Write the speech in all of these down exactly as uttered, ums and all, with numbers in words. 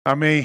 Amém.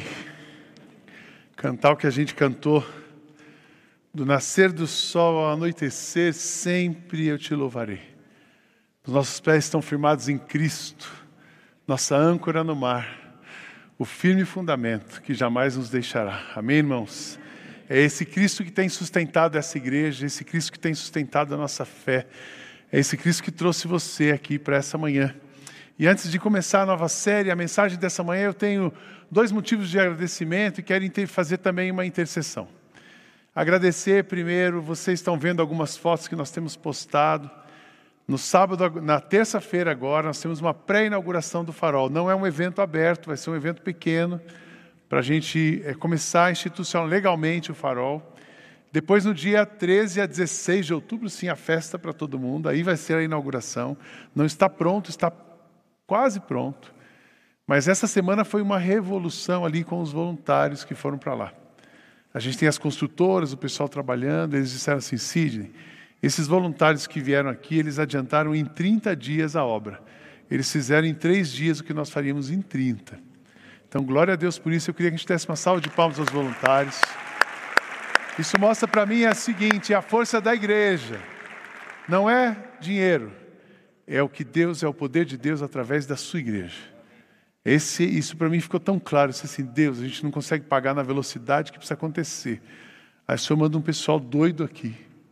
Cantar o que a gente cantou, do nascer do sol ao anoitecer, sempre eu te louvarei. Os nossos pés estão firmados em Cristo, nossa âncora no mar, o firme fundamento que jamais nos deixará. Amém, irmãos? É esse Cristo que tem sustentado essa igreja, esse Cristo que tem sustentado a nossa fé, é esse Cristo que trouxe você aqui para essa manhã. E antes de começar a nova série, a mensagem dessa manhã, eu tenho dois motivos de agradecimento e quero fazer também uma intercessão. Agradecer primeiro, vocês estão vendo algumas fotos que nós temos postado. No sábado, na terça-feira agora, nós temos uma pré-inauguração do Farol. Não é um evento aberto, vai ser um evento pequeno, para a gente é, começar a institucionar legalmente o Farol. Depois, no dia treze a dezesseis de outubro, sim, a festa para todo mundo. Aí vai ser a inauguração. Não está pronto, está quase pronto. Mas essa semana foi uma revolução ali com os voluntários que foram para lá. A gente tem as construtoras, o pessoal trabalhando, eles disseram assim, Sidney, esses voluntários que vieram aqui, eles adiantaram em trinta dias a obra. Eles fizeram em três dias o que nós faríamos em trinta. Então, glória a Deus por isso. Eu queria que a gente desse uma salva de palmas aos voluntários. Isso mostra para mim é o seguinte, é a força da igreja. Não é dinheiro. É o que Deus, é o poder de Deus através da sua igreja. Esse, isso para mim ficou tão claro. Eu disse assim, Deus, a gente não consegue pagar na velocidade que precisa acontecer. Aí o Senhor manda um pessoal doido aqui.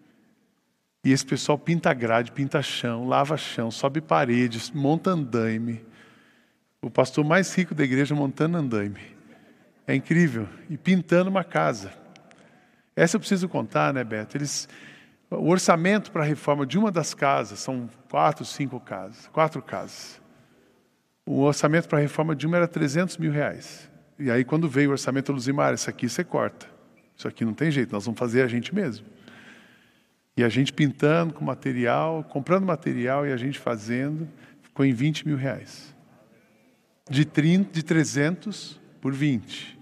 E esse pessoal pinta grade, pinta chão, lava chão, sobe paredes, monta andaime. O pastor mais rico da igreja montando andaime. É incrível. E pintando uma casa. Essa eu preciso contar, né, Beto? Eles... O orçamento para a reforma de uma das casas, são quatro, cinco casas, quatro casas. O orçamento para a reforma de uma era trezentos mil reais. E aí quando veio o orçamento, eu Luzimar, isso aqui você corta. Isso aqui não tem jeito, nós vamos fazer a gente mesmo. E a gente pintando com material, comprando material e a gente fazendo, ficou em vinte mil reais. De, trinta, de trezentos por vinte.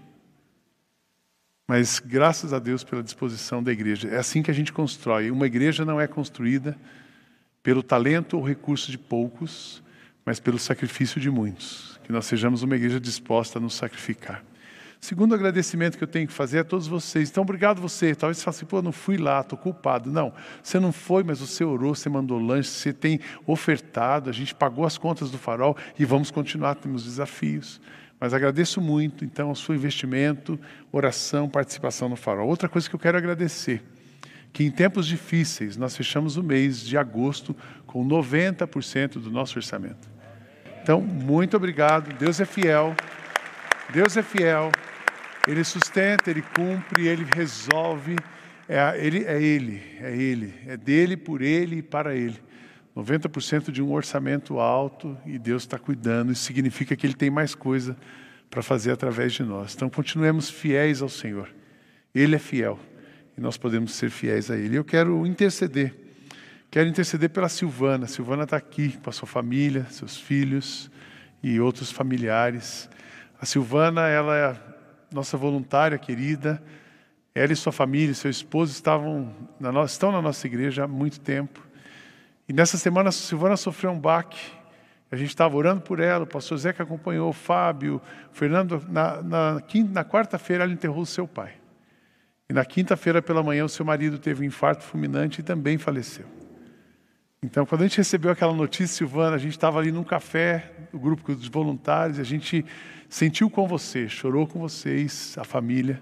Mas graças a Deus pela disposição da igreja. É assim que a gente constrói. Uma igreja não é construída pelo talento ou recurso de poucos, mas pelo sacrifício de muitos. Que nós sejamos uma igreja disposta a nos sacrificar. Segundo agradecimento que eu tenho que fazer a todos vocês. Então, obrigado você. Talvez você fale assim, pô, eu não fui lá, estou culpado. Não, você não foi, mas você orou, você mandou lanche, você tem ofertado, a gente pagou as contas do Farol e vamos continuar, temos desafios. Mas agradeço muito, então, o seu investimento, oração, participação no Farol. Outra coisa que eu quero agradecer, que em tempos difíceis, nós fechamos o mês de agosto com noventa por cento do nosso orçamento. Então, muito obrigado. Deus é fiel. Deus é fiel. Ele sustenta, Ele cumpre, Ele resolve. É Ele, é Ele, é Ele. É dele, por Ele e para Ele. noventa por cento de um orçamento alto e Deus está cuidando. Isso significa que Ele tem mais coisa para fazer através de nós. Então, continuemos fiéis ao Senhor. Ele é fiel e nós podemos ser fiéis a Ele. Eu quero interceder. Quero interceder pela Silvana. A Silvana está aqui com a sua família, seus filhos e outros familiares. A Silvana, ela é a nossa voluntária querida. Ela e sua família, seu esposo estavam na no... estão na nossa igreja há muito tempo. E nessa semana a Silvana sofreu um baque. A gente estava orando por ela, o pastor Zé que acompanhou, o Fábio, o Fernando. Na, na, quinta, na quarta-feira ela enterrou o seu pai. E na quinta-feira pela manhã o seu marido teve um infarto fulminante e também faleceu. Então quando a gente recebeu aquela notícia, Silvana, a gente estava ali num café, o grupo dos voluntários, e a gente sentiu com você, chorou com vocês, a família.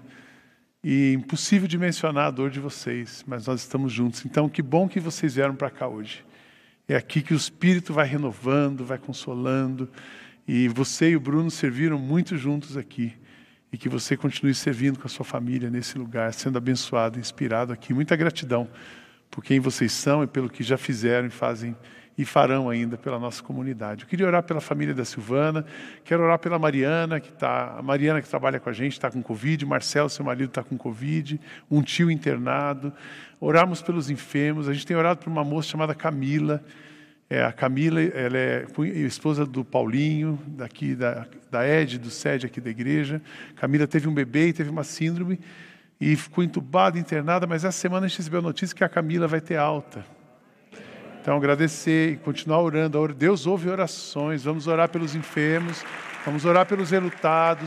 E impossível de mencionar a dor de vocês, mas nós estamos juntos. Então que bom que vocês vieram para cá hoje. É aqui que o Espírito vai renovando, vai consolando. E você e o Bruno serviram muito juntos aqui. E que você continue servindo com a sua família nesse lugar, sendo abençoado, inspirado aqui. Muita gratidão por quem vocês são e pelo que já fizeram e fazem e farão ainda pela nossa comunidade. Eu queria orar pela família da Silvana, quero orar pela Mariana, que tá, a Mariana que trabalha com a gente está com Covid, Marcelo, seu marido, está com Covid, um tio internado. Orarmos pelos enfermos, a gente tem orado por uma moça chamada Camila. É, a Camila, ela é esposa do Paulinho, daqui da, da Ed, do sede aqui da igreja. Camila teve um bebê e teve uma síndrome e ficou entubada, internada, mas essa semana a gente recebeu a notícia que a Camila vai ter alta. Então, agradecer e continuar orando. Deus ouve orações. Vamos orar pelos enfermos, vamos orar pelos enlutados,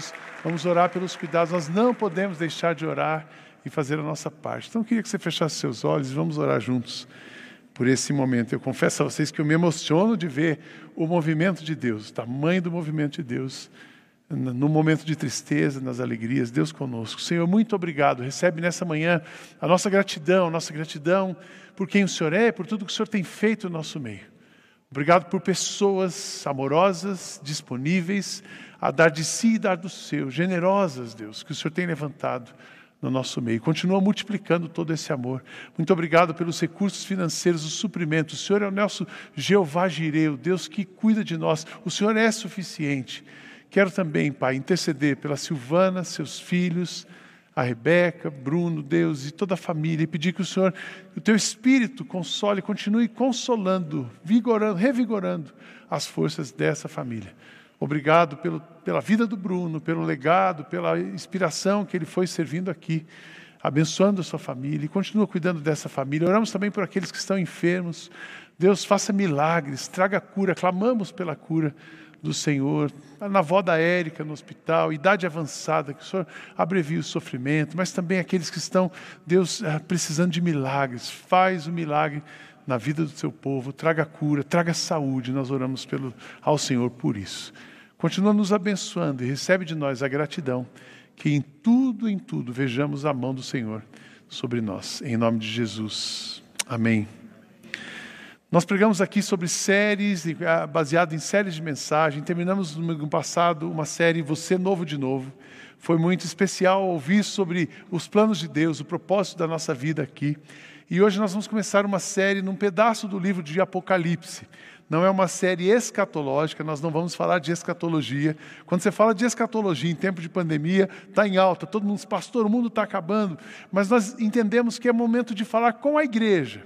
Vamos orar pelos cuidados. Nós não podemos deixar de orar e fazer a nossa parte. Então eu queria que você fechasse seus olhos e vamos orar juntos por esse momento. Eu confesso a vocês que eu me emociono de ver o movimento de Deus, o tamanho do movimento de Deus, no momento de tristeza, nas alegrias, Deus conosco. Senhor, muito obrigado. Recebe nessa manhã a nossa gratidão, a nossa gratidão por quem o Senhor é, por tudo que o Senhor tem feito no nosso meio. Obrigado por pessoas amorosas, disponíveis a dar de si e dar do seu, generosas, Deus, que o Senhor tem levantado no nosso meio. Continua multiplicando todo esse amor. Muito obrigado pelos recursos financeiros, o suprimento. O Senhor é o nosso Jeová Jireh, o Deus que cuida de nós. O Senhor é suficiente. Quero também, Pai, interceder pela Silvana, seus filhos, a Rebeca, Bruno, Deus e toda a família, e pedir que o Senhor, o Teu Espírito console, continue consolando, vigorando, revigorando as forças dessa família. Obrigado pelo, pela vida do Bruno, pelo legado, pela inspiração que ele foi servindo aqui, abençoando a sua família e continua cuidando dessa família. Oramos também por aqueles que estão enfermos. Deus, faça milagres, traga cura, clamamos pela cura do Senhor. Na avó da Érica no hospital, idade avançada, que o Senhor abrevie o sofrimento, mas também aqueles que estão, Deus, precisando de milagres. Faz o milagre na vida do seu povo, traga cura, traga saúde. Nós oramos pelo, ao Senhor por isso. Continua nos abençoando e recebe de nós a gratidão, que em tudo, em tudo, vejamos a mão do Senhor sobre nós. Em nome de Jesus. Amém. Nós pregamos aqui sobre séries, baseado em séries de mensagem. Terminamos no ano passado uma série Você Novo de Novo. Foi muito especial ouvir sobre os planos de Deus, o propósito da nossa vida aqui. E hoje nós vamos começar uma série num pedaço do livro de Apocalipse. Não é uma série escatológica, nós não vamos falar de escatologia. Quando você fala de escatologia em tempo de pandemia, está em alta, todo mundo diz, pastor, o mundo está acabando. Mas nós entendemos que é momento de falar com a igreja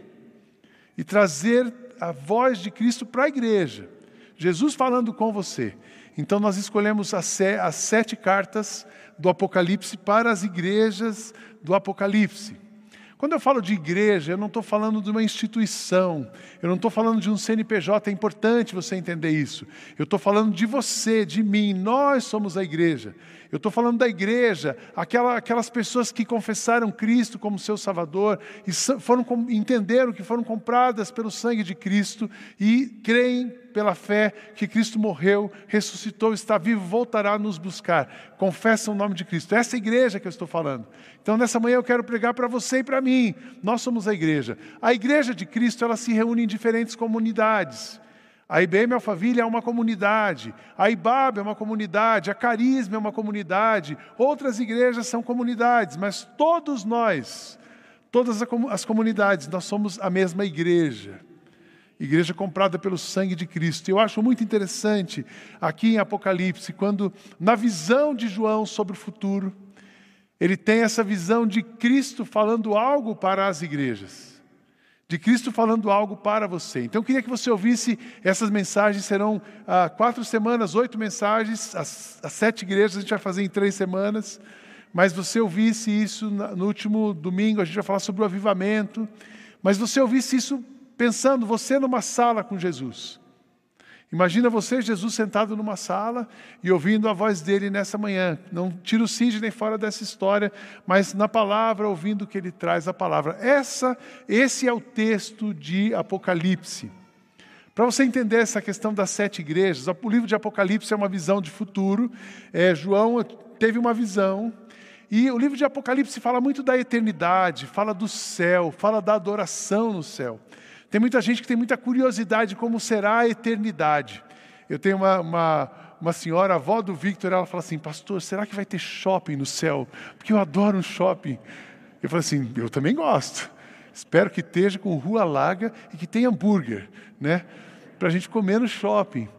e trazer a voz de Cristo para a igreja. Jesus falando com você. Então nós escolhemos as sete cartas do Apocalipse para as igrejas do Apocalipse. Quando eu falo de igreja, eu não estou falando de uma instituição, eu não estou falando de um C N P J, é importante você entender isso. Eu estou falando de você, de mim, nós somos a igreja. Eu estou falando da igreja, aquela, aquelas pessoas que confessaram Cristo como seu Salvador, e foram, entenderam que foram compradas pelo sangue de Cristo, e creem pela fé que Cristo morreu, ressuscitou, está vivo, voltará a nos buscar. Confessam o nome de Cristo. Essa é a igreja que eu estou falando. Então nessa manhã eu quero pregar para você e para mim. Nós somos a igreja. A igreja de Cristo, ela se reúne em diferentes comunidades. A I B M Alphaville é uma comunidade, a I B A B é uma comunidade, a Carisma é uma comunidade, outras igrejas são comunidades, mas todos nós, todas as comunidades, nós somos a mesma igreja. Igreja comprada pelo sangue de Cristo. Eu acho muito interessante aqui em Apocalipse, quando na visão de João sobre o futuro, ele tem essa visão de Cristo falando algo para as igrejas. De Cristo falando algo para você. Então eu queria que você ouvisse essas mensagens, serão ah, quatro semanas, oito mensagens, as, as sete igrejas a gente vai fazer em três semanas, mas você ouvisse isso na, no último domingo, a gente vai falar sobre o avivamento, mas você ouvisse isso pensando, você numa sala com Jesus. Imagina você, Jesus, sentado numa sala e ouvindo a voz dele nessa manhã. Não tira o Sidney fora dessa história, mas na palavra, ouvindo o que ele traz a palavra. Essa, esse é o texto de Apocalipse. Para você entender essa questão das sete igrejas, o livro de Apocalipse é uma visão de futuro. É, João teve uma visão. E o livro de Apocalipse fala muito da eternidade, fala do céu, fala da adoração no céu. Tem muita gente que tem muita curiosidade de como será a eternidade. Eu tenho uma, uma, uma senhora, a avó do Victor, ela fala assim, pastor, será que vai ter shopping no céu? Porque eu adoro um shopping. Eu falo assim, eu também gosto. Espero que esteja com rua larga e que tenha hambúrguer, né? Para a gente comer no shopping.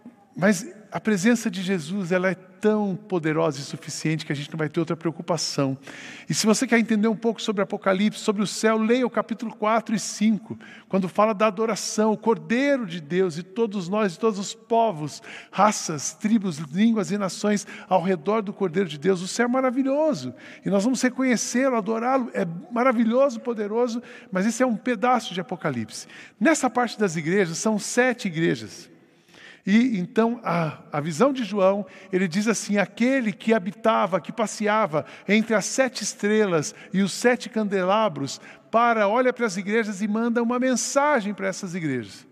Mas a presença de Jesus, ela é tão poderosa e suficiente que a gente não vai ter outra preocupação. E se você quer entender um pouco sobre Apocalipse, sobre o céu, leia o capítulo quatro e cinco, quando fala da adoração, o Cordeiro de Deus e todos nós, todos os povos, raças, tribos, línguas e nações ao redor do Cordeiro de Deus. O céu é maravilhoso e nós vamos reconhecê-lo, adorá-lo, é maravilhoso, poderoso, mas esse é um pedaço de Apocalipse. Nessa parte das igrejas, são sete igrejas. E então a, a visão de João, ele diz assim: aquele que habitava, que passeava entre as sete estrelas e os sete candelabros, para, olha para as igrejas e manda uma mensagem para essas igrejas.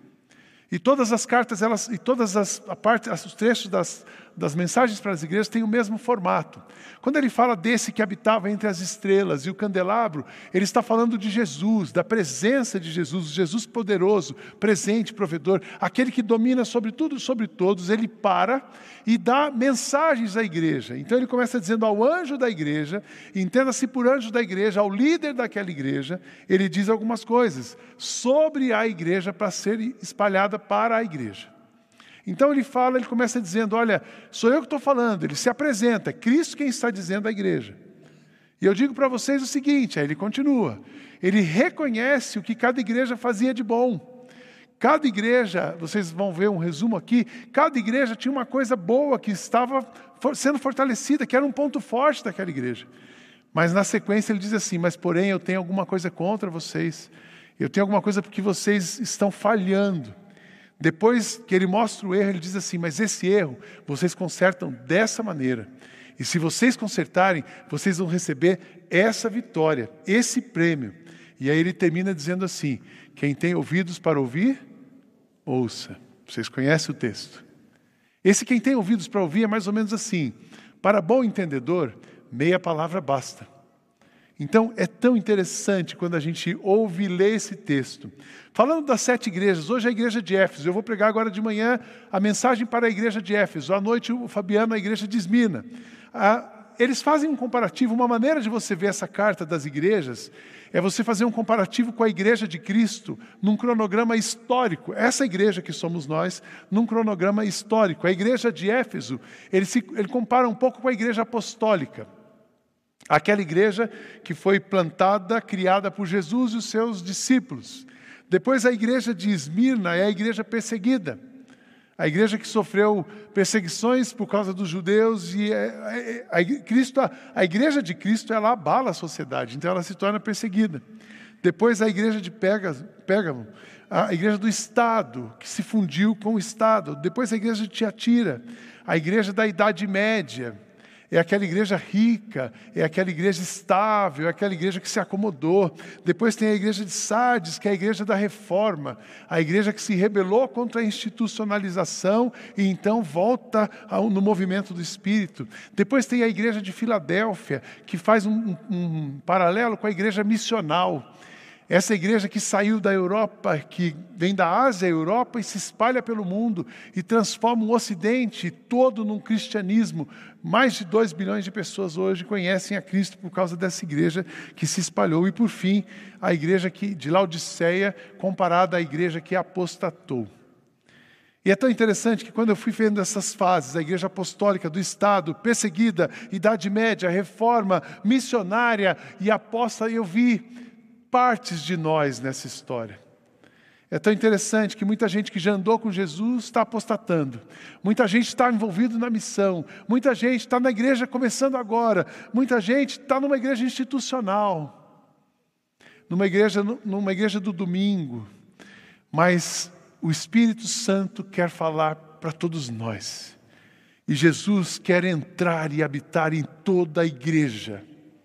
E todas as cartas, elas, e todas as a parte, os trechos das, das mensagens para as igrejas têm o mesmo formato. Quando ele fala desse que habitava entre as estrelas e o candelabro, ele está falando de Jesus, da presença de Jesus, Jesus poderoso, presente, provedor, aquele que domina sobre tudo e sobre todos. Ele para e dá mensagens à igreja. Então ele começa dizendo ao anjo da igreja, entenda-se por anjo da igreja, ao líder daquela igreja, ele diz algumas coisas sobre a igreja para ser espalhada para a igreja. Então ele fala, ele começa dizendo: olha, sou eu que estou falando. Ele se apresenta, é Cristo quem está dizendo à igreja. E eu digo para vocês o seguinte, aí ele continua, ele reconhece o que cada igreja fazia de bom. Cada igreja, vocês vão ver um resumo aqui, cada igreja tinha uma coisa boa que estava sendo fortalecida, que era um ponto forte daquela igreja. Mas na sequência ele diz assim: mas porém eu tenho alguma coisa contra vocês, eu tenho alguma coisa porque vocês estão falhando. Depois que ele mostra o erro, ele diz assim: mas esse erro vocês consertam dessa maneira. E se vocês consertarem, vocês vão receber essa vitória, esse prêmio. E aí ele termina dizendo assim: quem tem ouvidos para ouvir, ouça. Vocês conhecem o texto. Esse quem tem ouvidos para ouvir é mais ou menos assim: para bom entendedor, meia palavra basta. Então, é tão interessante quando a gente ouve e lê esse texto. Falando das sete igrejas, hoje é a igreja de Éfeso. Eu vou pregar agora de manhã a mensagem para a igreja de Éfeso. À noite, o Fabiano, a igreja de Esmina. Ah, eles fazem um comparativo. Uma maneira de você ver essa carta das igrejas é você fazer um comparativo com a igreja de Cristo num cronograma histórico. Essa igreja que somos nós, num cronograma histórico. A igreja de Éfeso, ele, se, ele compara um pouco com a igreja apostólica. Aquela igreja que foi plantada, criada por Jesus e os seus discípulos. Depois a igreja de Esmirna é a igreja perseguida. A igreja que sofreu perseguições por causa dos judeus. E a, a, a, Cristo, a, a igreja de Cristo, ela abala a sociedade, então ela se torna perseguida. Depois a igreja de Pérgamo, a igreja do Estado, que se fundiu com o Estado. Depois a igreja de Tiatira, a igreja da Idade Média. É aquela igreja rica, é aquela igreja estável, é aquela igreja que se acomodou. Depois tem a igreja de Sardes, que é a igreja da reforma, a igreja que se rebelou contra a institucionalização e então volta ao, no movimento do Espírito. Depois tem a igreja de Filadélfia, que faz um, um, um paralelo com a igreja missional. Essa igreja que saiu da Europa, que vem da Ásia à Europa e se espalha pelo mundo e transforma o Ocidente todo num cristianismo. Mais de dois bilhões de pessoas hoje conhecem a Cristo por causa dessa igreja que se espalhou. E por fim, a igreja que, de Laodiceia, comparada à igreja que apostatou. E é tão interessante que quando eu fui vendo essas fases, a igreja apostólica do Estado, perseguida, Idade Média, reforma, missionária e apóstata, eu vi partes de nós nessa história. É tão interessante que muita gente que já andou com Jesus está apostatando. Muita gente está envolvida na missão. Muita gente está na igreja começando agora. Muita gente está numa igreja institucional. Numa igreja, numa igreja do domingo. Mas o Espírito Santo quer falar para todos nós. E Jesus quer entrar e habitar em toda a igreja.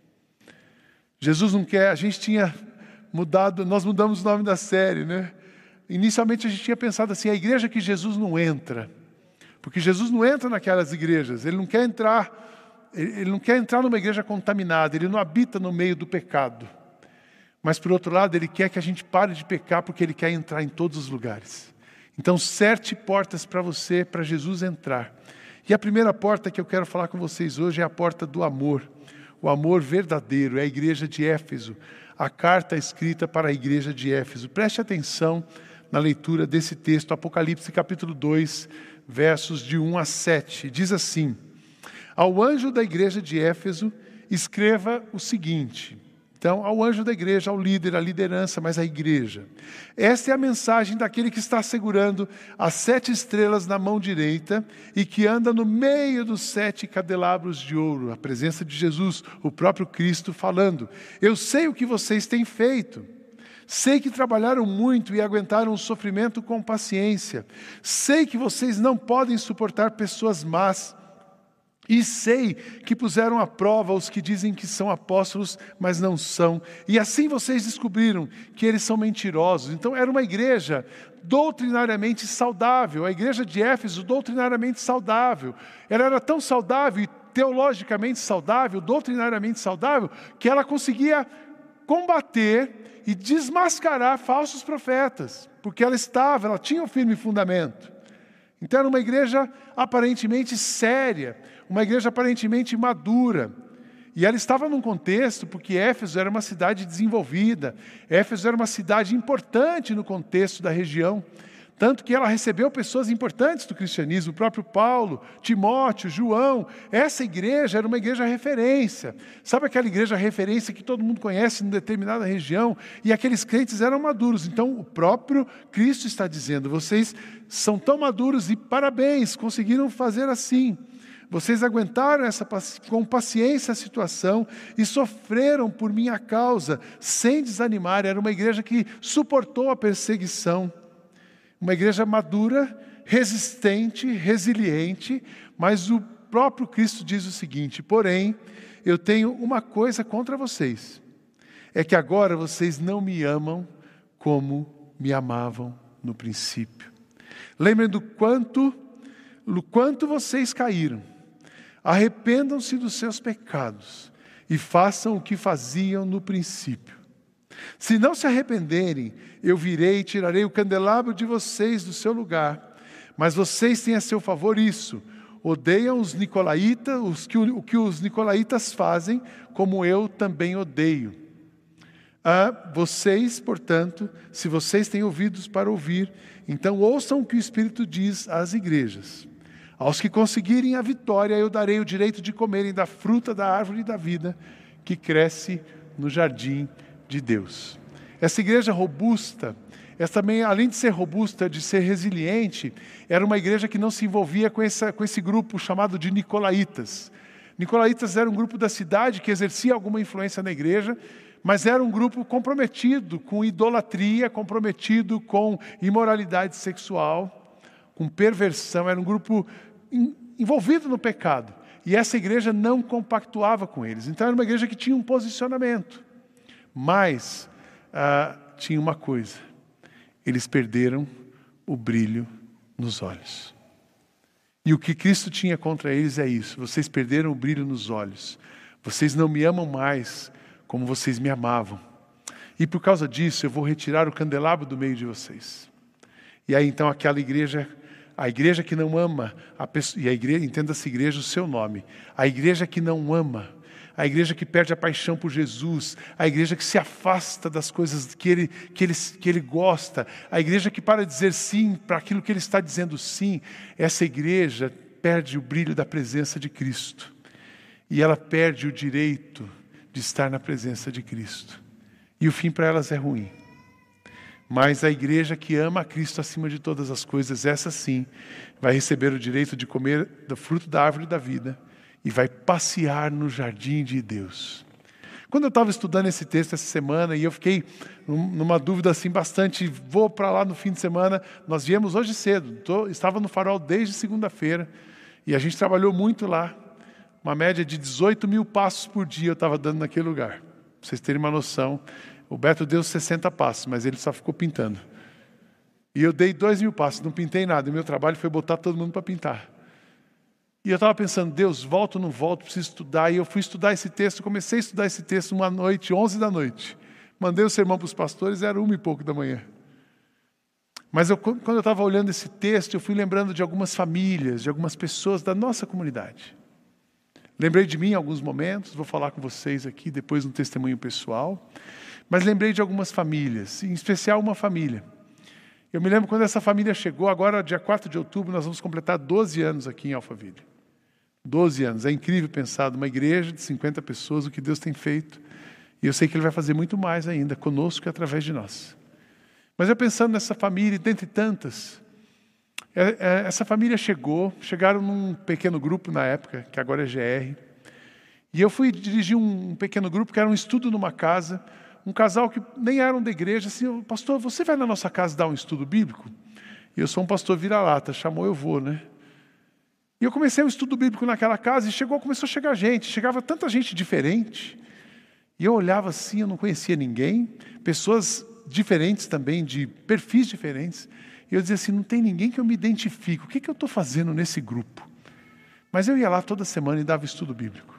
Jesus não quer, a gente tinha mudado, nós mudamos o nome da série, né? Inicialmente a gente tinha pensado assim, a igreja que Jesus não entra. Porque Jesus não entra naquelas igrejas, ele não quer entrar, ele não quer entrar numa igreja contaminada, ele não habita no meio do pecado. Mas por outro lado, ele quer que a gente pare de pecar porque ele quer entrar em todos os lugares. Então, sete portas para você, para Jesus entrar. E a primeira porta que eu quero falar com vocês hoje é a porta do amor. O amor verdadeiro, é a igreja de Éfeso. A carta escrita para a igreja de Éfeso. Preste atenção na leitura desse texto, Apocalipse capítulo dois, versos de um a sete. Diz assim: ao anjo da igreja de Éfeso, escreva o seguinte. Então, ao anjo da igreja, ao líder, à liderança, mas à igreja. Esta é a mensagem daquele que está segurando as sete estrelas na mão direita e que anda no meio dos sete candelabros de ouro, a presença de Jesus, o próprio Cristo falando. Eu sei o que vocês têm feito. Sei que trabalharam muito e aguentaram o sofrimento com paciência. Sei que vocês não podem suportar pessoas más. E sei que puseram à prova os que dizem que são apóstolos, mas não são. E assim vocês descobriram que eles são mentirosos. Então era uma igreja doutrinariamente saudável. A igreja de Éfeso, doutrinariamente saudável. Ela era tão saudável e teologicamente saudável, doutrinariamente saudável, que ela conseguia combater e desmascarar falsos profetas. Porque ela estava, ela tinha um firme fundamento. Então era uma igreja aparentemente séria, uma igreja aparentemente madura. E ela estava num contexto, porque Éfeso era uma cidade desenvolvida, Éfeso era uma cidade importante no contexto da região, tanto que ela recebeu pessoas importantes do cristianismo, o próprio Paulo, Timóteo, João. Essa igreja era uma igreja referência. Sabe aquela igreja referência que todo mundo conhece em determinada região? E aqueles crentes eram maduros. Então o próprio Cristo está dizendo, vocês são tão maduros e parabéns, conseguiram fazer assim. Vocês aguentaram essa, com paciência a situação e sofreram por minha causa, sem desanimar. Era uma igreja que suportou a perseguição. Uma igreja madura, resistente, resiliente, mas o próprio Cristo diz o seguinte: porém, eu tenho uma coisa contra vocês, é que agora vocês não me amam como me amavam no princípio. Lembrem do quanto, do quanto vocês caíram. Arrependam-se dos seus pecados e façam o que faziam no princípio. Se não se arrependerem, eu virei e tirarei o candelabro de vocês do seu lugar. Mas vocês têm a seu favor isso: odeiam os nicolaítas, os que, o que os nicolaítas fazem, como eu também odeio. Ah, vocês, portanto, se vocês têm ouvidos para ouvir, então ouçam o que o Espírito diz às igrejas. Aos que conseguirem a vitória, eu darei o direito de comerem da fruta da árvore da vida que cresce no jardim de Deus. Essa igreja robusta, essa também, além de ser robusta, de ser resiliente, era uma igreja que não se envolvia com, essa, com esse grupo chamado de nicolaítas. Nicolaítas era um grupo da cidade que exercia alguma influência na igreja, mas era um grupo comprometido com idolatria, comprometido com imoralidade sexual, com perversão. Era um grupo envolvido no pecado. E essa igreja não compactuava com eles. Então era uma igreja que tinha um posicionamento. Mas ah, tinha uma coisa: eles perderam o brilho nos olhos. E o que Cristo tinha contra eles é isso: vocês perderam o brilho nos olhos. Vocês não me amam mais como vocês me amavam. E por causa disso eu vou retirar o candelabro do meio de vocês. E aí então aquela igreja, a igreja que não ama, a pessoa, e a igreja, entenda-se igreja o seu nome, a igreja que não ama, a igreja que perde a paixão por Jesus, a igreja que se afasta das coisas que ele, que ele, que ele gosta, a igreja que para de dizer sim para aquilo que ele está dizendo sim, essa igreja perde o brilho da presença de Cristo. E ela perde o direito de estar na presença de Cristo. E o fim para elas é ruim. Mas a igreja que ama a Cristo acima de todas as coisas, essa sim, vai receber o direito de comer do fruto da árvore da vida e vai passear no jardim de Deus. Quando eu estava estudando esse texto essa semana, e eu fiquei numa dúvida assim bastante, vou para lá no fim de semana, nós viemos hoje cedo, tô, estava no Farol desde segunda-feira, e a gente trabalhou muito lá, uma média de dezoito mil passos por dia eu estava dando naquele lugar. Para vocês terem uma noção, o Beto deu sessenta passos, mas ele só ficou pintando. E eu dei dois mil passos, não pintei nada, e o meu trabalho foi botar todo mundo para pintar. E eu estava pensando, Deus, volto ou não volto, preciso estudar. E eu fui estudar esse texto, comecei a estudar esse texto uma noite, onze da noite. Mandei o sermão para os pastores, era uma e pouco da manhã. Mas eu, quando eu estava olhando esse texto, eu fui lembrando de algumas famílias, de algumas pessoas da nossa comunidade. Lembrei de mim em alguns momentos, vou falar com vocês aqui depois no testemunho pessoal. Mas lembrei de algumas famílias, em especial uma família. Eu me lembro quando essa família chegou, agora dia quatro de outubro, nós vamos completar doze anos aqui em Alphaville. doze anos, é incrível pensar numa igreja de cinquenta pessoas, o que Deus tem feito. E eu sei que Ele vai fazer muito mais ainda, conosco e através de nós. Mas eu pensando nessa família, dentre tantas, essa família chegou, chegaram num pequeno grupo na época, que agora é G R. E eu fui dirigir um pequeno grupo, que era um estudo numa casa, um casal que nem eram da igreja, assim, pastor, você vai na nossa casa dar um estudo bíblico? E eu sou um pastor vira-lata, chamou, eu vou, né? E eu comecei um estudo bíblico naquela casa e chegou, começou a chegar gente, chegava tanta gente diferente. E eu olhava assim, eu não conhecia ninguém, pessoas diferentes também, de perfis diferentes. E eu dizia assim, não tem ninguém que eu me identifique, o que, que eu estou fazendo nesse grupo? Mas eu ia lá toda semana e dava estudo bíblico.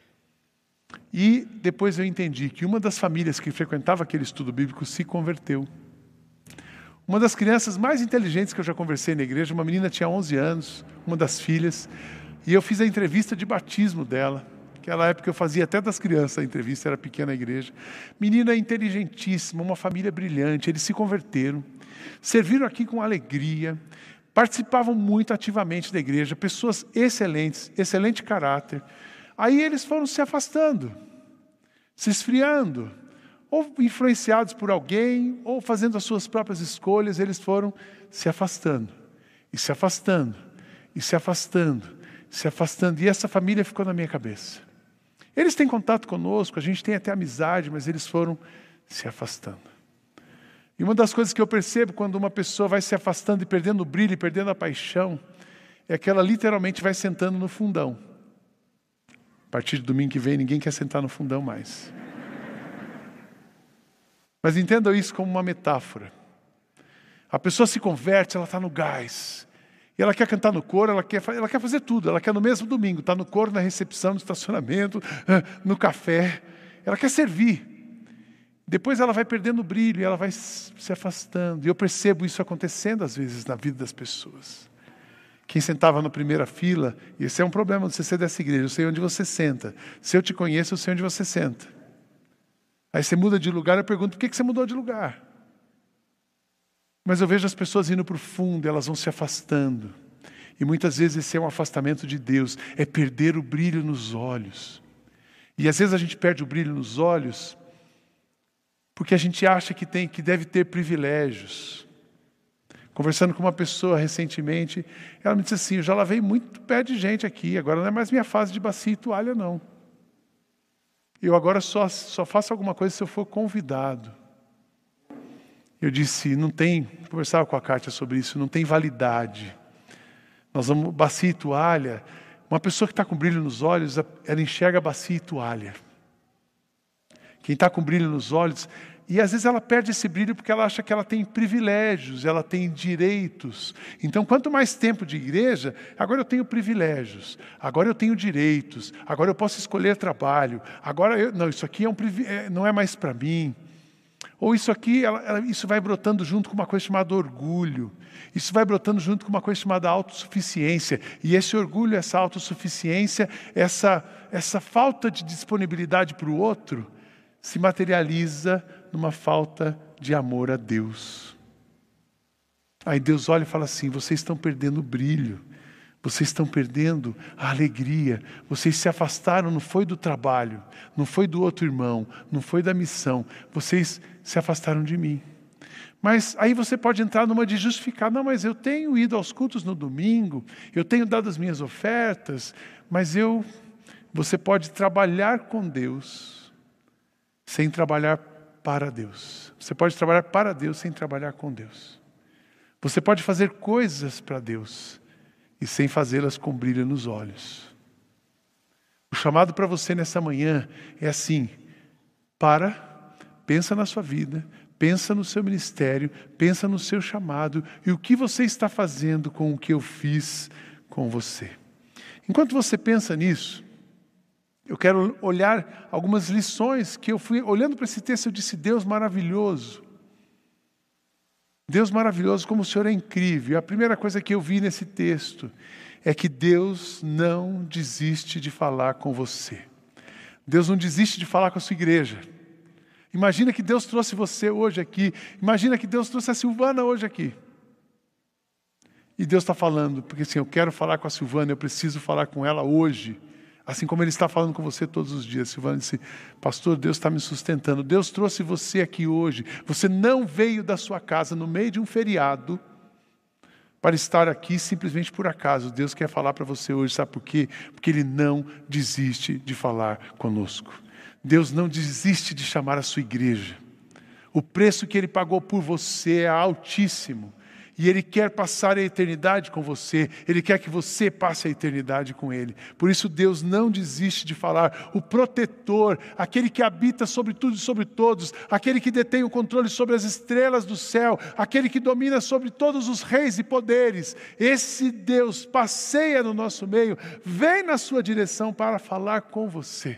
E depois eu entendi que uma das famílias que frequentava aquele estudo bíblico se converteu. Uma das crianças mais inteligentes que eu já conversei na igreja, uma menina tinha onze anos, uma das filhas, e eu fiz a entrevista de batismo dela. Naquela época eu fazia até das crianças a entrevista, era pequena a igreja. Menina inteligentíssima, uma família brilhante, eles se converteram, serviram aqui com alegria, participavam muito ativamente da igreja, pessoas excelentes, excelente caráter. Aí eles foram se afastando, se esfriando, ou influenciados por alguém, ou fazendo as suas próprias escolhas, eles foram se afastando, e se afastando, e se afastando, se afastando. E essa família ficou na minha cabeça. Eles têm contato conosco, a gente tem até amizade, mas eles foram se afastando. E uma das coisas que eu percebo quando uma pessoa vai se afastando e perdendo o brilho, e perdendo a paixão, é que ela literalmente vai sentando no fundão. A partir de domingo que vem, ninguém quer sentar no fundão mais. Mas entendam isso como uma metáfora. A pessoa se converte, ela está no gás. E ela quer cantar no coro, ela quer, ela quer fazer tudo. Ela quer no mesmo domingo, estar no coro, na recepção, no estacionamento, no café. Ela quer servir. Depois ela vai perdendo o brilho, e ela vai se afastando. E eu percebo isso acontecendo às vezes na vida das pessoas. Quem sentava na primeira fila, e esse é um problema de você ser dessa igreja, eu sei onde você senta. Se eu te conheço, eu sei onde você senta. Aí você muda de lugar, eu pergunto, por que você mudou de lugar? Mas eu vejo as pessoas indo para o fundo, elas vão se afastando. E muitas vezes esse é um afastamento de Deus, é perder o brilho nos olhos. E às vezes a gente perde o brilho nos olhos, porque a gente acha que, tem, que deve ter privilégios. Conversando com uma pessoa recentemente, ela me disse assim, eu já lavei muito pé de gente aqui, agora não é mais minha fase de bacia e toalha, não. Eu agora só, só faço alguma coisa se eu for convidado. Eu disse, não tem, conversava com a Kátia sobre isso, não tem validade. Nós vamos, bacia e toalha, uma pessoa que está com brilho nos olhos, ela enxerga bacia e toalha. Quem está com brilho nos olhos, e às vezes ela perde esse brilho porque ela acha que ela tem privilégios, ela tem direitos. Então, quanto mais tempo de igreja, agora eu tenho privilégios, agora eu tenho direitos, agora eu posso escolher trabalho, agora eu, não, isso aqui é um, não é mais para mim. Ou isso aqui, ela, ela, isso vai brotando junto com uma coisa chamada orgulho. Isso vai brotando junto com uma coisa chamada autossuficiência. E esse orgulho, essa autossuficiência, essa, essa falta de disponibilidade para o outro, se materializa numa falta de amor a Deus. Aí Deus olha e fala assim, vocês estão perdendo o brilho, vocês estão perdendo a alegria, vocês se afastaram, não foi do trabalho, não foi do outro irmão, não foi da missão, vocês se afastaram de mim. Mas aí você pode entrar numa de justificar, não, mas eu tenho ido aos cultos no domingo, eu tenho dado as minhas ofertas, mas eu, você pode trabalhar com Deus, sem trabalhar para Deus. Você pode trabalhar para Deus sem trabalhar com Deus. Você pode fazer coisas para Deus e sem fazê-las com brilho nos olhos. O chamado para você nessa manhã é assim, para, pensa na sua vida, pensa no seu ministério, pensa no seu chamado e o que você está fazendo com o que eu fiz com você. Enquanto você pensa nisso, eu quero olhar algumas lições que eu fui olhando para esse texto, eu disse, Deus maravilhoso. Deus maravilhoso, como o Senhor é incrível. A primeira coisa que eu vi nesse texto é que Deus não desiste de falar com você. Deus não desiste de falar com a sua igreja. Imagina que Deus trouxe você hoje aqui. Imagina que Deus trouxe a Silvana hoje aqui. E Deus está falando, porque assim, eu quero falar com a Silvana, eu preciso falar com ela hoje. Assim como Ele está falando com você todos os dias. Silvana disse, pastor, Deus está me sustentando. Deus trouxe você aqui hoje. Você não veio da sua casa no meio de um feriado para estar aqui simplesmente por acaso. Deus quer falar para você hoje, sabe por quê? Porque Ele não desiste de falar conosco. Deus não desiste de chamar a sua igreja. O preço que Ele pagou por você é altíssimo. E Ele quer passar a eternidade com você. Ele quer que você passe a eternidade com Ele. Por isso Deus não desiste de falar. O protetor, aquele que habita sobre tudo e sobre todos, aquele que detém o controle sobre as estrelas do céu, aquele que domina sobre todos os reis e poderes. Esse Deus passeia no nosso meio, vem na sua direção para falar com você.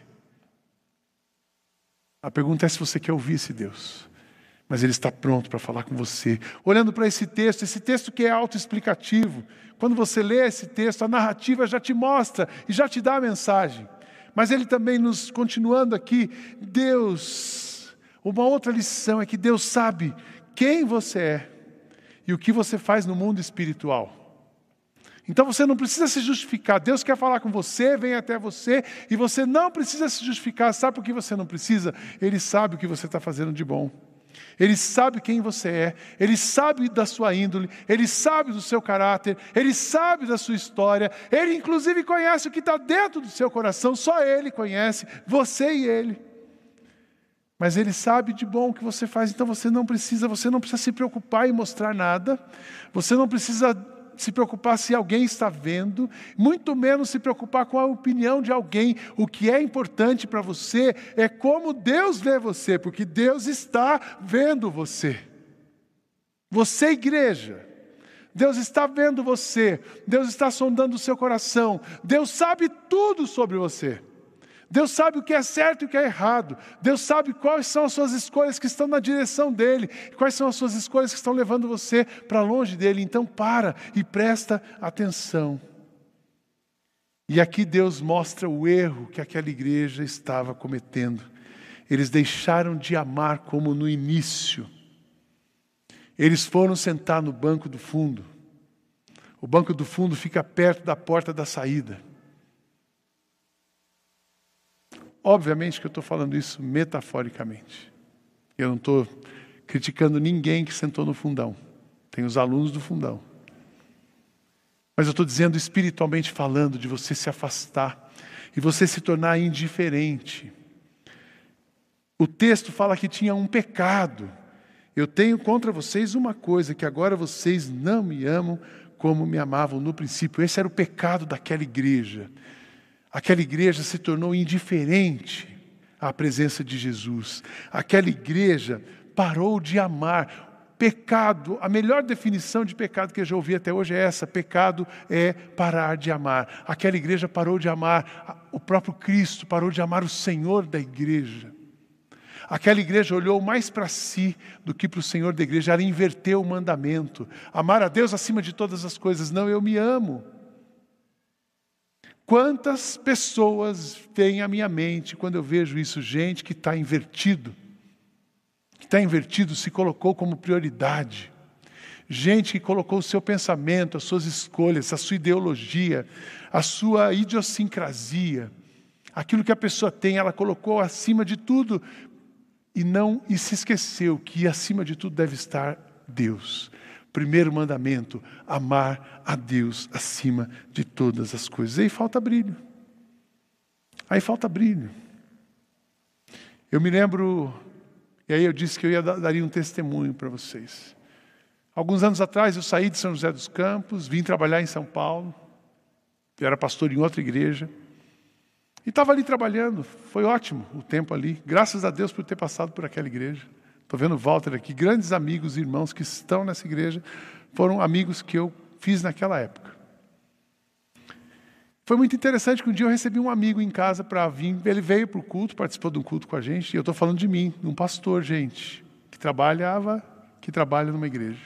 A pergunta é se você quer ouvir esse Deus. Mas Ele está pronto para falar com você. Olhando para esse texto, esse texto que é autoexplicativo. Quando você lê esse texto, a narrativa já te mostra e já te dá a mensagem. Mas Ele também nos, continuando aqui, Deus, uma outra lição é que Deus sabe quem você é e o que você faz no mundo espiritual. Então você não precisa se justificar. Deus quer falar com você, vem até você, e você não precisa se justificar. Sabe por que você não precisa? Ele sabe o que você está fazendo de bom. Ele sabe quem você é, Ele sabe da sua índole, Ele sabe do seu caráter, Ele sabe da sua história, Ele inclusive conhece o que está dentro do seu coração, só Ele conhece, você e Ele. Mas Ele sabe de bom o que você faz, então você não precisa, você não precisa se preocupar em mostrar nada, você não precisa se preocupar se alguém está vendo, muito menos se preocupar com a opinião de alguém. O que é importante para você é como Deus vê você, porque Deus está vendo você. Você, igreja, Deus está vendo você, Deus está sondando o seu coração, Deus sabe tudo sobre você. Deus sabe o que é certo e o que é errado. Deus sabe quais são as suas escolhas que estão na direção dEle. Quais são as suas escolhas que estão levando você para longe dEle. Então para e presta atenção. E aqui Deus mostra o erro que aquela igreja estava cometendo. Eles deixaram de amar como no início. Eles foram sentar no banco do fundo. O banco do fundo fica perto da porta da saída. Obviamente que eu estou falando isso metaforicamente. Eu não estou criticando ninguém que sentou no fundão. Tem os alunos do fundão. Mas eu estou dizendo espiritualmente falando de você se afastar e você se tornar indiferente. O texto fala que tinha um pecado. Eu tenho contra vocês uma coisa, que agora vocês não me amam como me amavam no princípio. Esse era o pecado daquela igreja. Aquela igreja se tornou indiferente à presença de Jesus. Aquela igreja parou de amar. Pecado, a melhor definição de pecado que eu já ouvi até hoje é essa: pecado é parar de amar. Aquela igreja parou de amar o próprio Cristo, parou de amar o Senhor da igreja. Aquela igreja olhou mais para si do que para o Senhor da igreja. Ela inverteu o mandamento: amar a Deus acima de todas as coisas. Não, eu me amo. Quantas pessoas vêm à minha mente quando eu vejo isso? Gente que está invertido. Que está invertido, se colocou como prioridade. Gente que colocou o seu pensamento, as suas escolhas, a sua ideologia, a sua idiosincrasia. Aquilo que a pessoa tem, ela colocou acima de tudo. E, não, e se esqueceu que acima de tudo deve estar Deus. Primeiro mandamento: amar a Deus acima de todas as coisas. Aí falta brilho. Aí falta brilho. Eu me lembro, e aí eu disse que eu ia dar, daria um testemunho para vocês. Alguns anos atrás eu saí de São José dos Campos, vim trabalhar em São Paulo. Eu era pastor em outra igreja. E estava ali trabalhando. Foi ótimo o tempo ali. Graças a Deus por ter passado por aquela igreja. Estou vendo o Walter aqui, grandes amigos e irmãos que estão nessa igreja, foram amigos que eu fiz naquela época. Foi muito interessante que um dia eu recebi um amigo em casa para vir, ele veio para o culto, participou de um culto com a gente, e eu estou falando de mim, de um pastor, gente, que trabalhava, que trabalha numa igreja.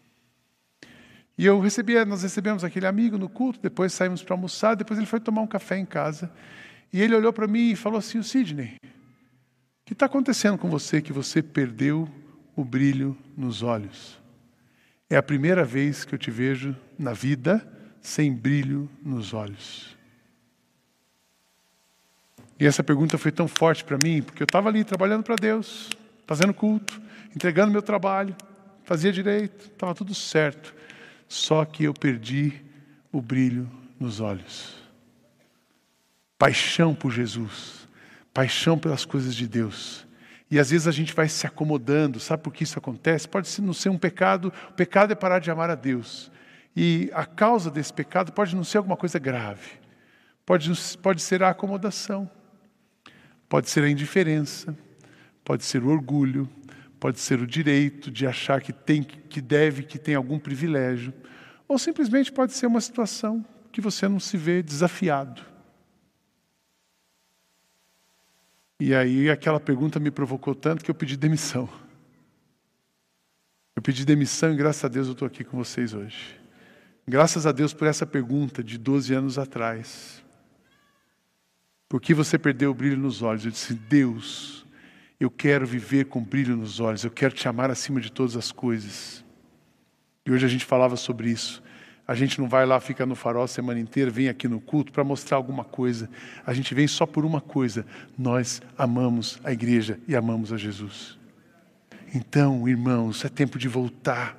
E eu recebi, nós recebemos aquele amigo no culto, depois saímos para almoçar, depois ele foi tomar um café em casa, e ele olhou para mim e falou assim: o Sidney, o que está acontecendo com você que você perdeu o brilho nos olhos? É a primeira vez que eu te vejo na vida sem brilho nos olhos. E essa pergunta foi tão forte para mim, porque eu estava ali trabalhando para Deus, fazendo culto, entregando meu trabalho, fazia direito, estava tudo certo. Só que eu perdi o brilho nos olhos. Paixão por Jesus. Paixão pelas coisas de Deus. E às vezes a gente vai se acomodando. Sabe por que isso acontece? Pode não ser um pecado. O pecado é parar de amar a Deus. E a causa desse pecado pode não ser alguma coisa grave. Pode, pode ser a acomodação. Pode ser a indiferença. Pode ser o orgulho. Pode ser o direito de achar que tem, que deve, que tem algum privilégio. Ou simplesmente pode ser uma situação que você não se vê desafiado. E aí aquela pergunta me provocou tanto que eu pedi demissão. Eu pedi demissão e graças a Deus eu estou aqui com vocês hoje. Graças a Deus por essa pergunta de doze anos atrás. Por que você perdeu o brilho nos olhos? Eu disse, Deus, eu quero viver com brilho nos olhos, eu quero te amar acima de todas as coisas. E hoje a gente falava sobre isso. A gente não vai lá, fica no farol a semana inteira, vem aqui no culto para mostrar alguma coisa. A gente vem só por uma coisa. Nós amamos a igreja e amamos a Jesus. Então, irmãos, é tempo de voltar.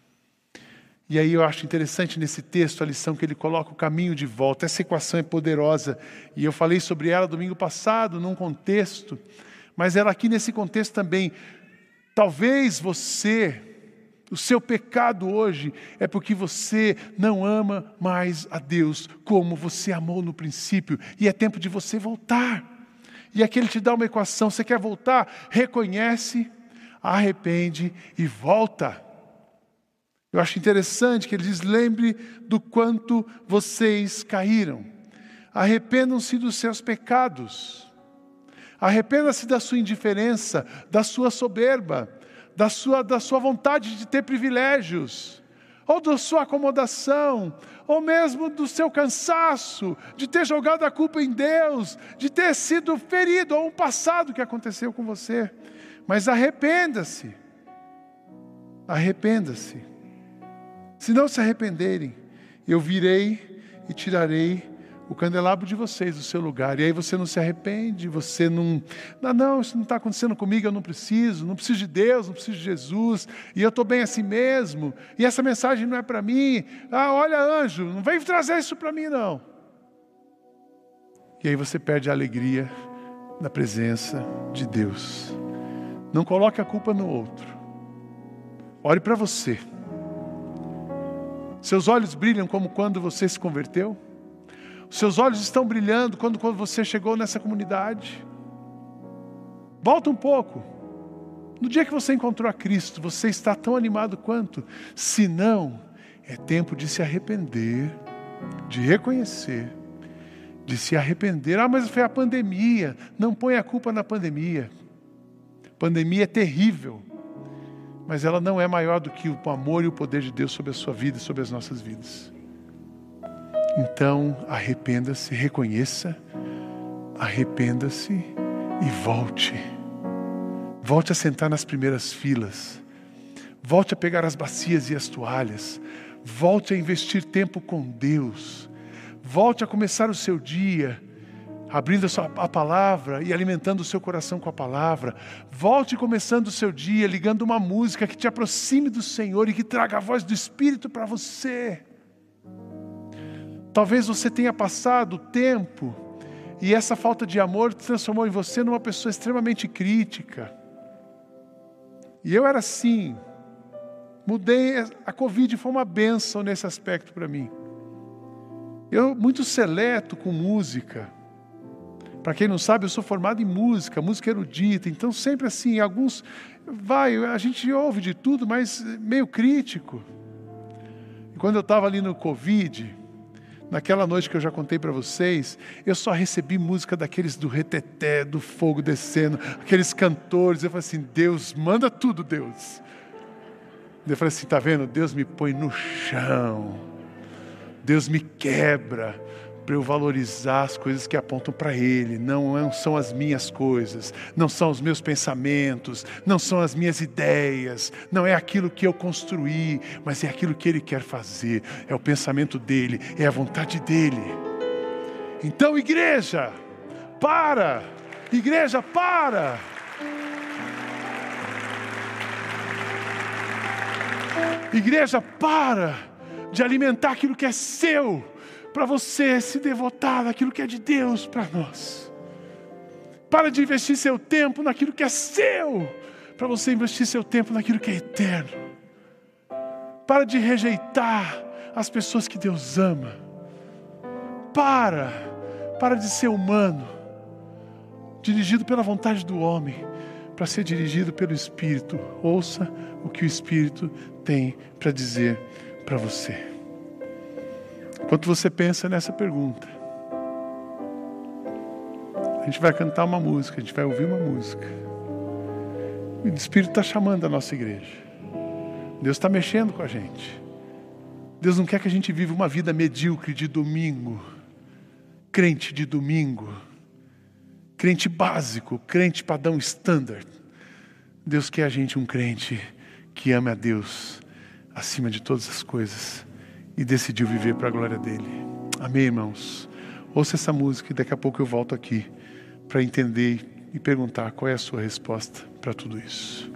E aí eu acho interessante nesse texto a lição que ele coloca, o caminho de volta. Essa equação é poderosa. E eu falei sobre ela domingo passado, num contexto. Mas ela aqui nesse contexto também. Talvez você... O seu pecado hoje é porque você não ama mais a Deus como você amou no princípio. E é tempo de você voltar. E aqui ele te dá uma equação. Você quer voltar? Reconhece, arrepende e volta. Eu acho interessante que ele diz, lembre do quanto vocês caíram. Arrependam-se dos seus pecados. Arrependa-se da sua indiferença, da sua soberba. Da sua, da sua vontade de ter privilégios, ou da sua acomodação, ou mesmo do seu cansaço, de ter jogado a culpa em Deus, de ter sido ferido, ou um passado que aconteceu com você. Mas arrependa-se, arrependa-se. Se não se arrependerem, eu virei e tirarei o candelabro de vocês do seu lugar. E aí você não se arrepende, você não... Não, não, isso não está acontecendo comigo, eu não preciso. Não preciso de Deus, não preciso de Jesus. E eu estou bem assim mesmo. E essa mensagem não é para mim. Ah, olha anjo, não vem trazer isso para mim não. E aí você perde a alegria da presença de Deus. Não coloque a culpa no outro. Olhe para você. Seus olhos brilham como quando você se converteu? Seus olhos estão brilhando quando, quando você chegou nessa comunidade. Volta um pouco. No dia que você encontrou a Cristo, você está tão animado quanto? Se não, é tempo de se arrepender, de reconhecer, de se arrepender. Ah, mas foi a pandemia. Não põe a culpa na pandemia. A pandemia é terrível, mas ela não é maior do que o amor e o poder de Deus sobre a sua vida e sobre as nossas vidas. Então, arrependa-se, reconheça, arrependa-se e volte. Volte a sentar nas primeiras filas. Volte a pegar as bacias e as toalhas. Volte a investir tempo com Deus. Volte a começar o seu dia abrindo a, sua, a palavra e alimentando o seu coração com a palavra. Volte começando o seu dia ligando uma música que te aproxime do Senhor e que traga a voz do Espírito para você. Talvez você tenha passado o tempo e essa falta de amor transformou em você numa pessoa extremamente crítica. E eu era assim. Mudei, a Covid foi uma bênção nesse aspecto para mim. Eu, muito seleto com música. Para quem não sabe, eu sou formado em música, música erudita. Então sempre assim, alguns... Vai, a gente ouve de tudo, mas meio crítico. E quando eu estava ali no Covid... Naquela noite que eu já contei para vocês, eu só recebi música daqueles do reteté, do fogo descendo, aqueles cantores. Eu falei assim, Deus, manda tudo, Deus. Eu falei assim, tá vendo? Deus me põe no chão. Deus me quebra para eu valorizar as coisas que apontam para Ele. Não são as minhas coisas, não são os meus pensamentos, não são as minhas ideias, não é aquilo que eu construí, mas é aquilo que Ele quer fazer. É o pensamento dEle, é a vontade dEle. Então, igreja, para! Igreja, para! Igreja, para! de alimentar aquilo que é seu, para você se devotar naquilo que é de Deus para nós. Para de investir seu tempo naquilo que é seu, para você investir seu tempo naquilo que é eterno. Para de rejeitar as pessoas que Deus ama. Para, para de ser humano, dirigido pela vontade do homem, para ser dirigido pelo Espírito. Ouça o que o Espírito tem para dizer para você. Enquanto você pensa nessa pergunta, a gente vai cantar uma música, a gente vai ouvir uma música. O Espírito está chamando a nossa igreja. Deus está mexendo com a gente. Deus não quer que a gente viva uma vida medíocre de domingo, crente de domingo, crente básico, crente padrão standard. Deus quer a gente um crente que ama a Deus acima de todas as coisas e decidiu viver para a glória dele. Amém, irmãos? Ouça essa música e daqui a pouco eu volto aqui para entender e perguntar qual é a sua resposta para tudo isso.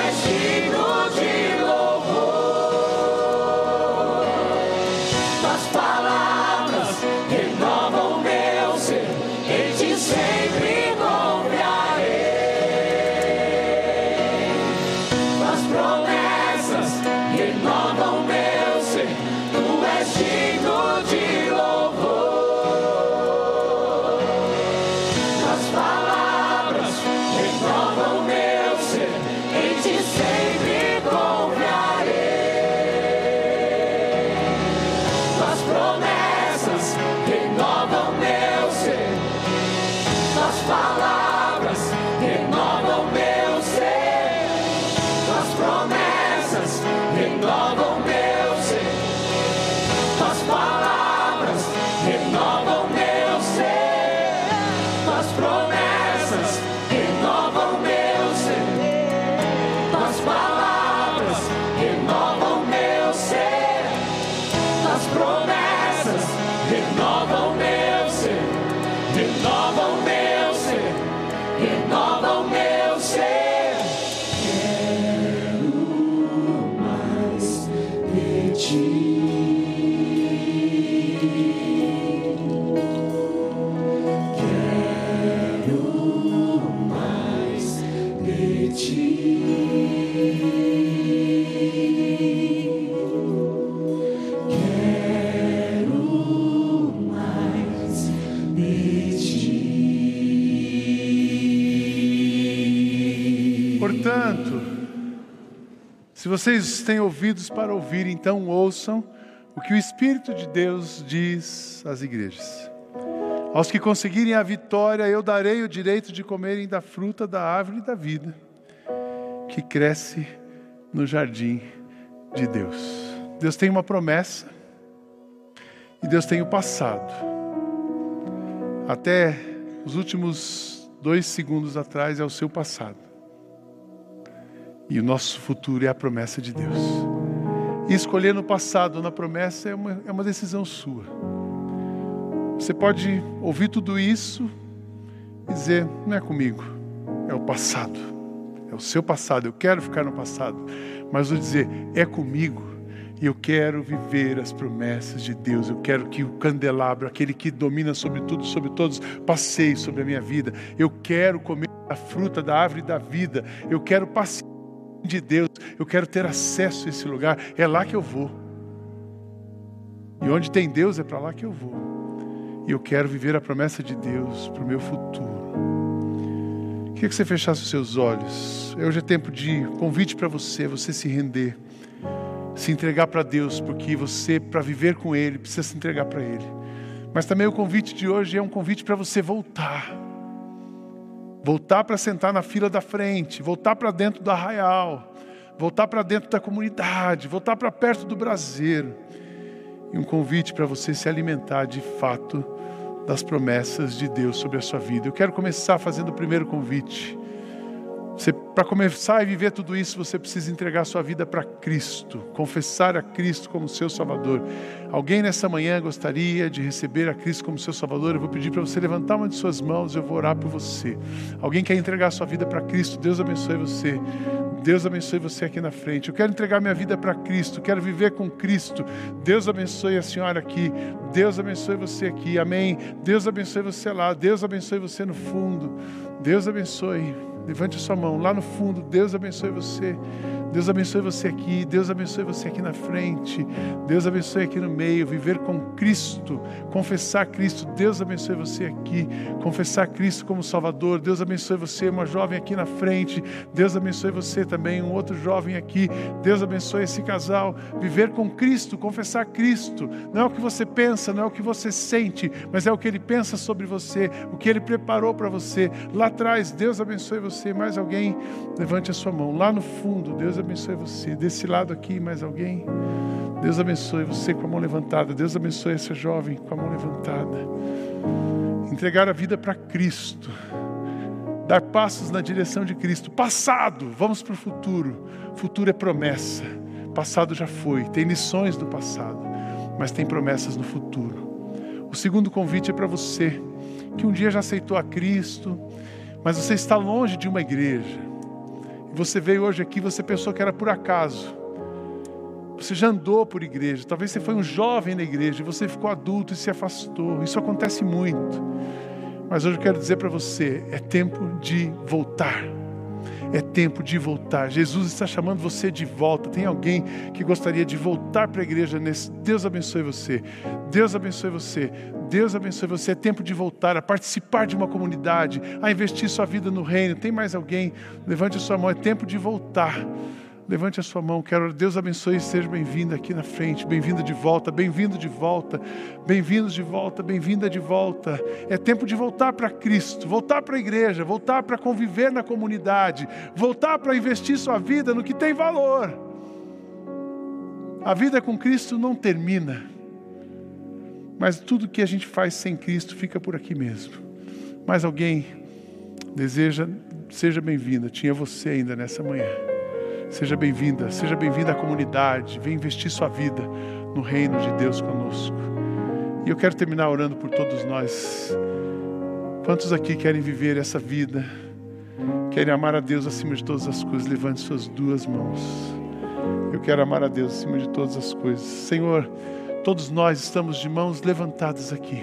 Mas sempre confiarei. Tuas promessas renovam meu ser, tuas palavras renovam meu ser, tuas promessas renovam meu ser, tuas palavras renovam meu ser, tuas promessas renovam meu ser, tuas palavras renovam meu ser, tuas promessas renovam meu ser, renovam meu ser, renovam meu ser. Quero mais de ti. Quero mais de ti. Quero mais de ti. Portanto, se vocês têm ouvidos para ouvir, então ouçam o que o Espírito de Deus diz às igrejas. Aos que conseguirem a vitória, eu darei o direito de comerem da fruta da árvore da vida, que cresce no jardim de Deus. Deus tem uma promessa e Deus tem o passado. Até os últimos dois segundos atrás é o seu passado. E o nosso futuro é a promessa de Deus. E escolher no passado ou na promessa é uma, é uma decisão sua. Você pode ouvir tudo isso e dizer, não é comigo, é o passado. É o seu passado, eu quero ficar no passado. Mas vou dizer, é comigo. E eu quero viver as promessas de Deus. Eu quero que o candelabro, aquele que domina sobre tudo, sobre todos, passeie sobre a minha vida. Eu quero comer a fruta da árvore da vida. Eu quero passear de Deus, eu quero ter acesso a esse lugar, é lá que eu vou. E onde tem Deus é para lá que eu vou. E eu quero viver a promessa de Deus para o meu futuro. Queria que você fechasse os seus olhos. Hoje é tempo de convite para você, você se render, se entregar para Deus, porque você, para viver com Ele, precisa se entregar para Ele. Mas também o convite de hoje é um convite para você voltar. Voltar para sentar na fila da frente, voltar para dentro do arraial, voltar para dentro da comunidade, voltar para perto do braseiro. E um convite para você se alimentar de fato das promessas de Deus sobre a sua vida. Eu quero começar fazendo o primeiro convite. Para começar a viver tudo isso, você precisa entregar sua vida para Cristo, confessar a Cristo como seu Salvador. Alguém nessa manhã gostaria de receber a Cristo como seu Salvador? Eu vou pedir para você levantar uma de suas mãos, eu vou orar por você. Alguém quer entregar sua vida para Cristo? Deus abençoe você. Deus abençoe você aqui na frente. Eu quero entregar minha vida para Cristo, quero viver com Cristo. Deus abençoe a senhora aqui. Deus abençoe você aqui. Amém. Deus abençoe você lá. Deus abençoe você no fundo. Deus abençoe. Levante a sua mão lá no fundo. Deus abençoe você. Deus abençoe você aqui. Deus abençoe você aqui na frente. Deus abençoe aqui no meio. Viver com Cristo. Confessar Cristo. Deus abençoe você aqui. Confessar Cristo como Salvador. Deus abençoe você, uma jovem aqui na frente. Deus abençoe você também, um outro jovem aqui. Deus abençoe esse casal. Viver com Cristo. Confessar Cristo. Não é o que você pensa, não é o que você sente, mas é o que Ele pensa sobre você. O que Ele preparou para você. Lá atrás, Deus abençoe você. Mais alguém? Levante a sua mão. Lá no fundo, Deus abençoe você. Desse lado aqui, mais alguém? Deus abençoe você com a mão levantada. Deus abençoe essa jovem com a mão levantada. Entregar a vida para Cristo. Dar passos na direção de Cristo. Passado, vamos para o futuro. Futuro é promessa. Passado já foi. Tem lições do passado, mas tem promessas no futuro. O segundo convite é para você que um dia já aceitou a Cristo, mas você está longe de uma igreja. Você veio hoje aqui, você pensou que era por acaso. Você já andou por igreja. Talvez você foi um jovem na igreja e você ficou adulto e se afastou. Isso acontece muito. Mas hoje eu quero dizer para você, é tempo de voltar. É tempo de voltar. Jesus está chamando você de volta. Tem alguém que gostaria de voltar para a igreja nesse? Deus abençoe você. Deus abençoe você. Deus abençoe você. É tempo de voltar a participar de uma comunidade, a investir sua vida no reino. Tem mais alguém? Levante a sua mão. É tempo de voltar. Levante a sua mão. Quero Deus abençoe e seja bem-vindo aqui na frente. Bem-vindo de volta, bem-vindo de volta, bem-vindos de volta, bem-vinda de volta. É tempo de voltar para Cristo, voltar para a igreja, voltar para conviver na comunidade, voltar para investir sua vida no que tem valor. A vida com Cristo não termina, mas tudo que a gente faz sem Cristo fica por aqui mesmo. Mais alguém deseja, seja bem-vinda. Tinha você ainda nessa manhã. Seja bem-vinda, seja bem-vinda à comunidade. Vem investir sua vida no reino de Deus conosco. E eu quero terminar orando por todos nós. Quantos aqui querem viver essa vida? Querem amar a Deus acima de todas as coisas? Levante suas duas mãos. Eu quero amar a Deus acima de todas as coisas. Senhor, todos nós estamos de mãos levantadas aqui.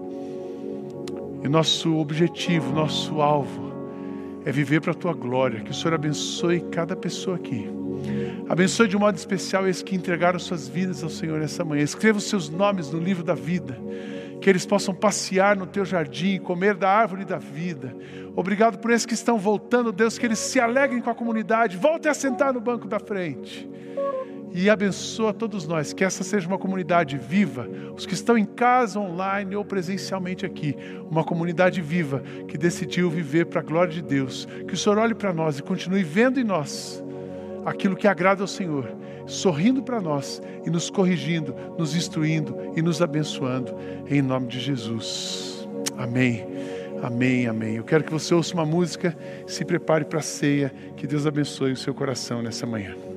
E nosso objetivo, nosso alvo é viver para a Tua glória. Que o Senhor abençoe cada pessoa aqui. Abençoe de um modo especial esses que entregaram suas vidas ao Senhor nessa manhã. Escreva os seus nomes no livro da vida. Que eles possam passear no Teu jardim, comer da árvore da vida. Obrigado por esses que estão voltando, Deus, que eles se alegrem com a comunidade. Voltem a sentar no banco da frente. E abençoa todos nós, que essa seja uma comunidade viva, os que estão em casa, online ou presencialmente aqui, uma comunidade viva, que decidiu viver para a glória de Deus. Que o Senhor olhe para nós e continue vendo em nós aquilo que agrada ao Senhor, sorrindo para nós e nos corrigindo, nos instruindo e nos abençoando, em nome de Jesus. Amém, amém, amém. Eu quero que você ouça uma música, se prepare para a ceia, que Deus abençoe o seu coração nessa manhã.